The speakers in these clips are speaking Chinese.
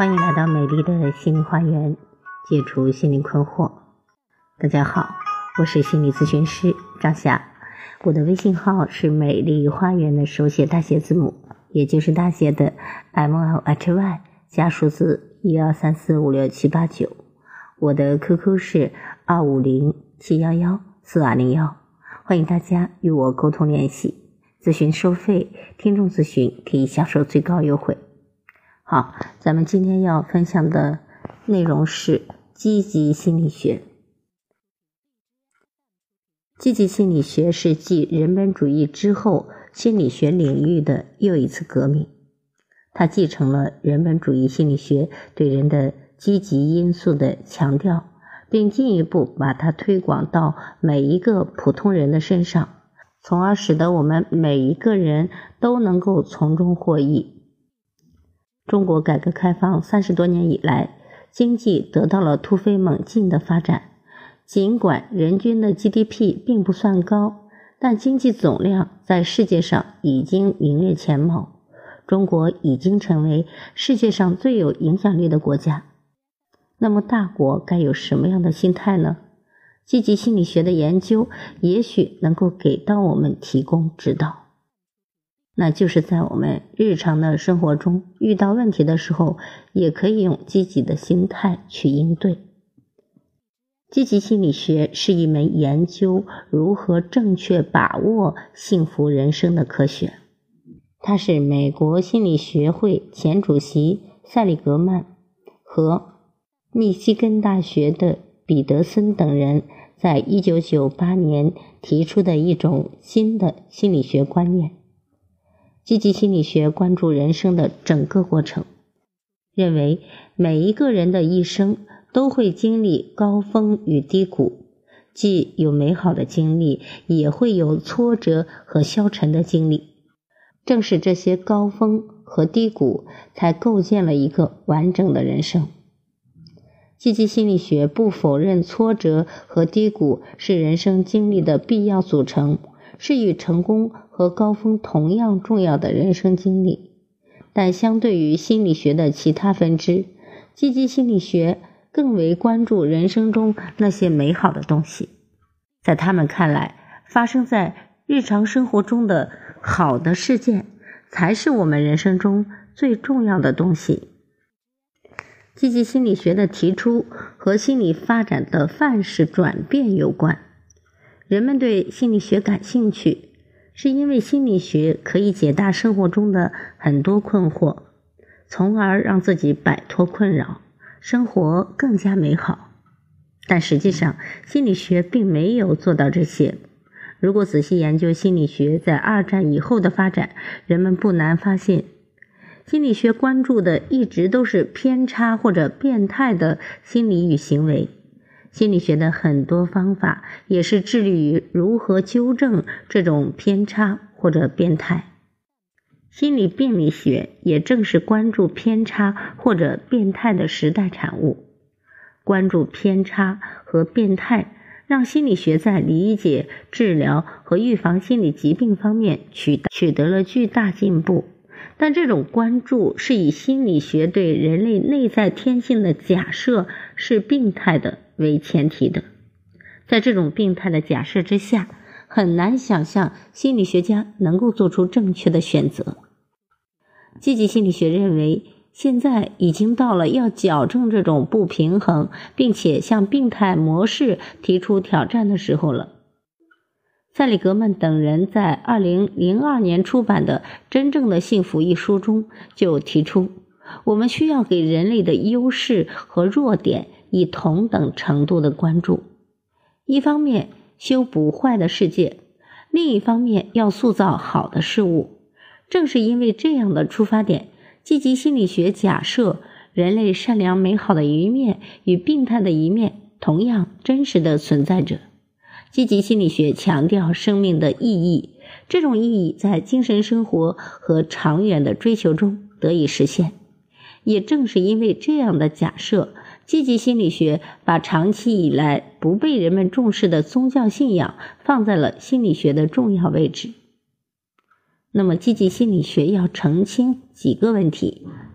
欢迎来到美丽的心灵花园，解除心灵困惑。大家好，我是心理咨询师张霞，我的微信号是美丽花园的手写大写字母，也就是大写的 MLHY 加数字123456789。我的 QQ 是250711421，欢迎大家与我沟通联系。咨询收费，听众咨询可以享受最高优惠。好，咱们今天要分享的内容是积极心理学。积极心理学是继人本主义之后心理学领域的又一次革命。它继承了人本主义心理学对人的积极因素的强调，并进一步把它推广到每一个普通人的身上，从而使得我们每一个人都能够从中获益。中国改革开放30多年以来，经济得到了突飞猛进的发展。尽管人均的 GDP 并不算高，但经济总量在世界上已经名列前茅。中国已经成为世界上最有影响力的国家。那么大国该有什么样的心态呢？积极心理学的研究也许能够给到我们提供指导。那就是在我们日常的生活中遇到问题的时候，也可以用积极的心态去应对。积极心理学是一门研究如何正确把握幸福人生的科学。它是美国心理学会前主席塞利格曼和密西根大学的彼得森等人在1998年提出的一种新的心理学观念。积极心理学关注人生的整个过程，认为每一个人的一生都会经历高峰与低谷，既有美好的经历，也会有挫折和消沉的经历。正是这些高峰和低谷，才构建了一个完整的人生。积极心理学不否认挫折和低谷是人生经历的必要组成，是与成功和高峰同样重要的人生经历。但相对于心理学的其他分支，积极心理学更为关注人生中那些美好的东西。在他们看来，发生在日常生活中的好的事件，才是我们人生中最重要的东西。积极心理学的提出和心理发展的范式转变有关。人们对心理学感兴趣，是因为心理学可以解答生活中的很多困惑，从而让自己摆脱困扰，生活更加美好。但实际上，心理学并没有做到这些。如果仔细研究心理学在2战以后的发展，人们不难发现，心理学关注的一直都是偏差或者变态的心理与行为。心理学的很多方法也是致力于如何纠正这种偏差或者变态。心理病理学也正是关注偏差或者变态的时代产物。关注偏差和变态，让心理学在理解、治疗和预防心理疾病方面取得了巨大进步。但这种关注是以心理学对人类内在天性的假设是病态的为前提的。在这种病态的假设之下，很难想象心理学家能够做出正确的选择。积极心理学认为，现在已经到了要矫正这种不平衡，并且向病态模式提出挑战的时候了。塞利格曼等人在2002年出版的《真正的幸福》一书中就提出，我们需要给人类的优势和弱点以同等程度的关注。一方面修补坏的世界，另一方面要塑造好的事物。正是因为这样的出发点，积极心理学假设人类善良美好的一面与病态的一面同样真实的存在着。积极心理学强调生命的意义，这种意义在精神生活和长远的追求中得以实现。也正是因为这样的假设，积极心理学把长期以来不被人们重视的宗教信仰放在了心理学的重要位置。那么积极心理学要澄清几个问题。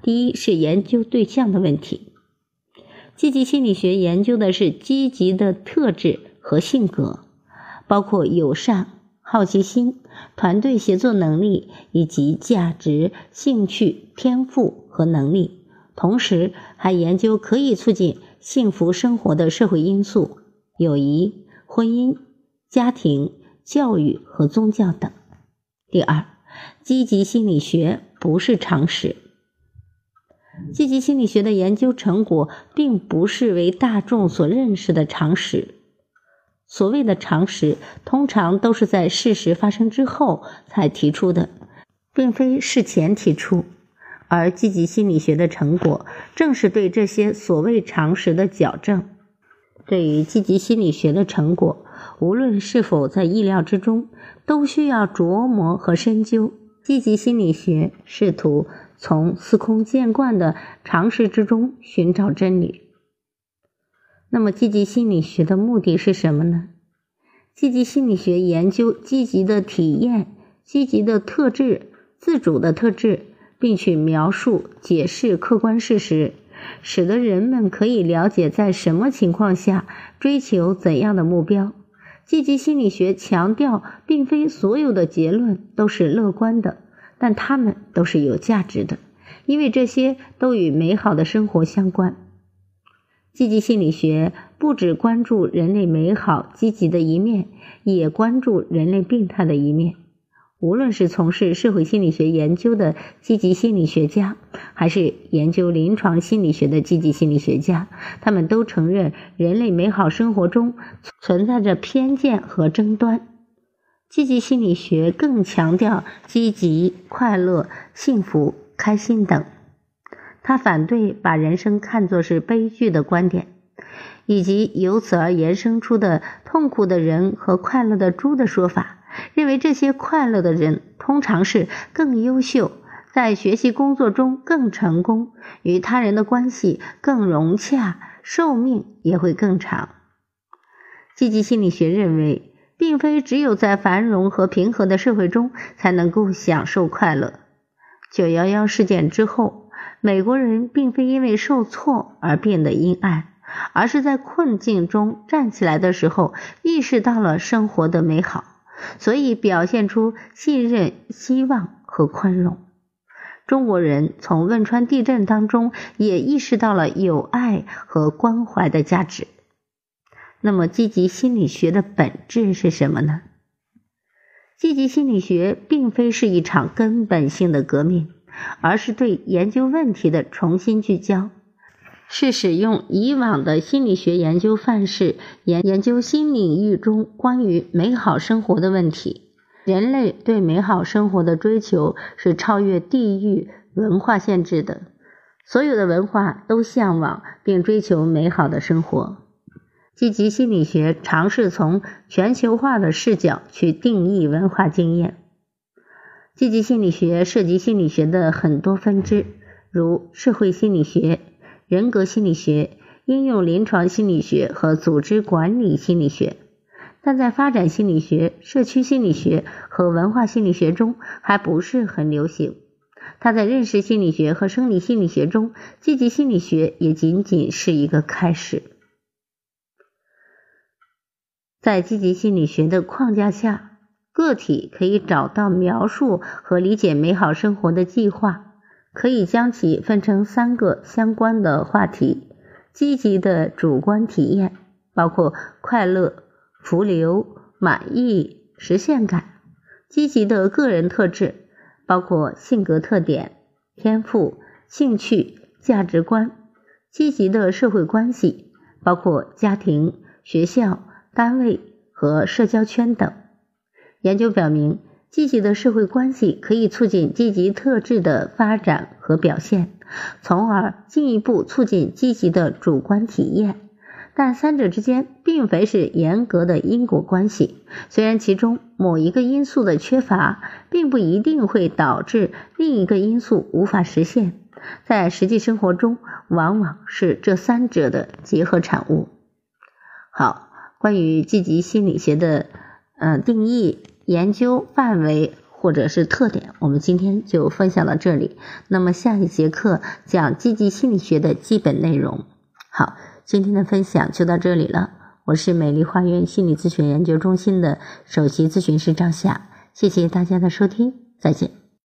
第一是研究对象的问题。积极心理学研究的是积极的特质和性格，包括友善、好奇心、团队协作能力以及价值、兴趣、天赋和能力，同时还研究可以促进幸福生活的社会因素，友谊、婚姻、家庭、教育和宗教等。第二，积极心理学不是常识。积极心理学的研究成果并不是为大众所认识的常识。所谓的常识，通常都是在事实发生之后才提出的，并非事前提出。而积极心理学的成果，正是对这些所谓常识的矫正。对于积极心理学的成果，无论是否在意料之中，都需要琢磨和深究。积极心理学试图从司空见惯的常识之中寻找真理。那么积极心理学的目的是什么呢？积极心理学研究积极的体验、积极的特质、自主的特质，并去描述、解释客观事实，使得人们可以了解在什么情况下追求怎样的目标。积极心理学强调，并非所有的结论都是乐观的，但它们都是有价值的，因为这些都与美好的生活相关。积极心理学不只关注人类美好积极的一面，也关注人类病态的一面。无论是从事社会心理学研究的积极心理学家，还是研究临床心理学的积极心理学家，他们都承认人类美好生活中存在着偏见和争端。积极心理学更强调积极、快乐、幸福、开心等。他反对把人生看作是悲剧的观点，以及由此而延伸出的痛苦的人和快乐的猪的说法，认为这些快乐的人通常是更优秀，在学习工作中更成功，与他人的关系更融洽，寿命也会更长。积极心理学认为，并非只有在繁荣和平和的社会中才能够享受快乐。911事件之后，美国人并非因为受挫而变得阴暗，而是在困境中站起来的时候，意识到了生活的美好，所以表现出信任、希望和宽容。中国人从汶川地震当中也意识到了友爱和关怀的价值。那么积极心理学的本质是什么呢？积极心理学并非是一场根本性的革命，而是对研究问题的重新聚焦，是使用以往的心理学研究范式研究新领域中关于美好生活的问题。人类对美好生活的追求是超越地域文化限制的，所有的文化都向往并追求美好的生活。积极心理学尝试从全球化的视角去定义文化经验。积极心理学涉及心理学的很多分支，如社会心理学、人格心理学、应用临床心理学和组织管理心理学。但在发展心理学、社区心理学和文化心理学中还不是很流行。它在认识心理学和生理心理学中，积极心理学也仅仅是一个开始。在积极心理学的框架下，个体可以找到描述和理解美好生活的计划，可以将其分成3个相关的话题：积极的主观体验，包括快乐、浮流、满意、实现感；积极的个人特质，包括性格特点、天赋、兴趣、价值观；积极的社会关系，包括家庭、学校、单位和社交圈等。研究表明，积极的社会关系可以促进积极特质的发展和表现，从而进一步促进积极的主观体验。但三者之间并非是严格的因果关系，虽然其中某一个因素的缺乏并不一定会导致另一个因素无法实现，在实际生活中往往是这3者的结合产物。好，关于积极心理学的定义、研究范围、 或者是特点，我们今天就分享到这里。那么下一节课讲积极心理学的基本内容。好，今天的分享就到这里了。我是美丽花园心理咨询研究中心的首席咨询师张夏，谢谢大家的收听，再见。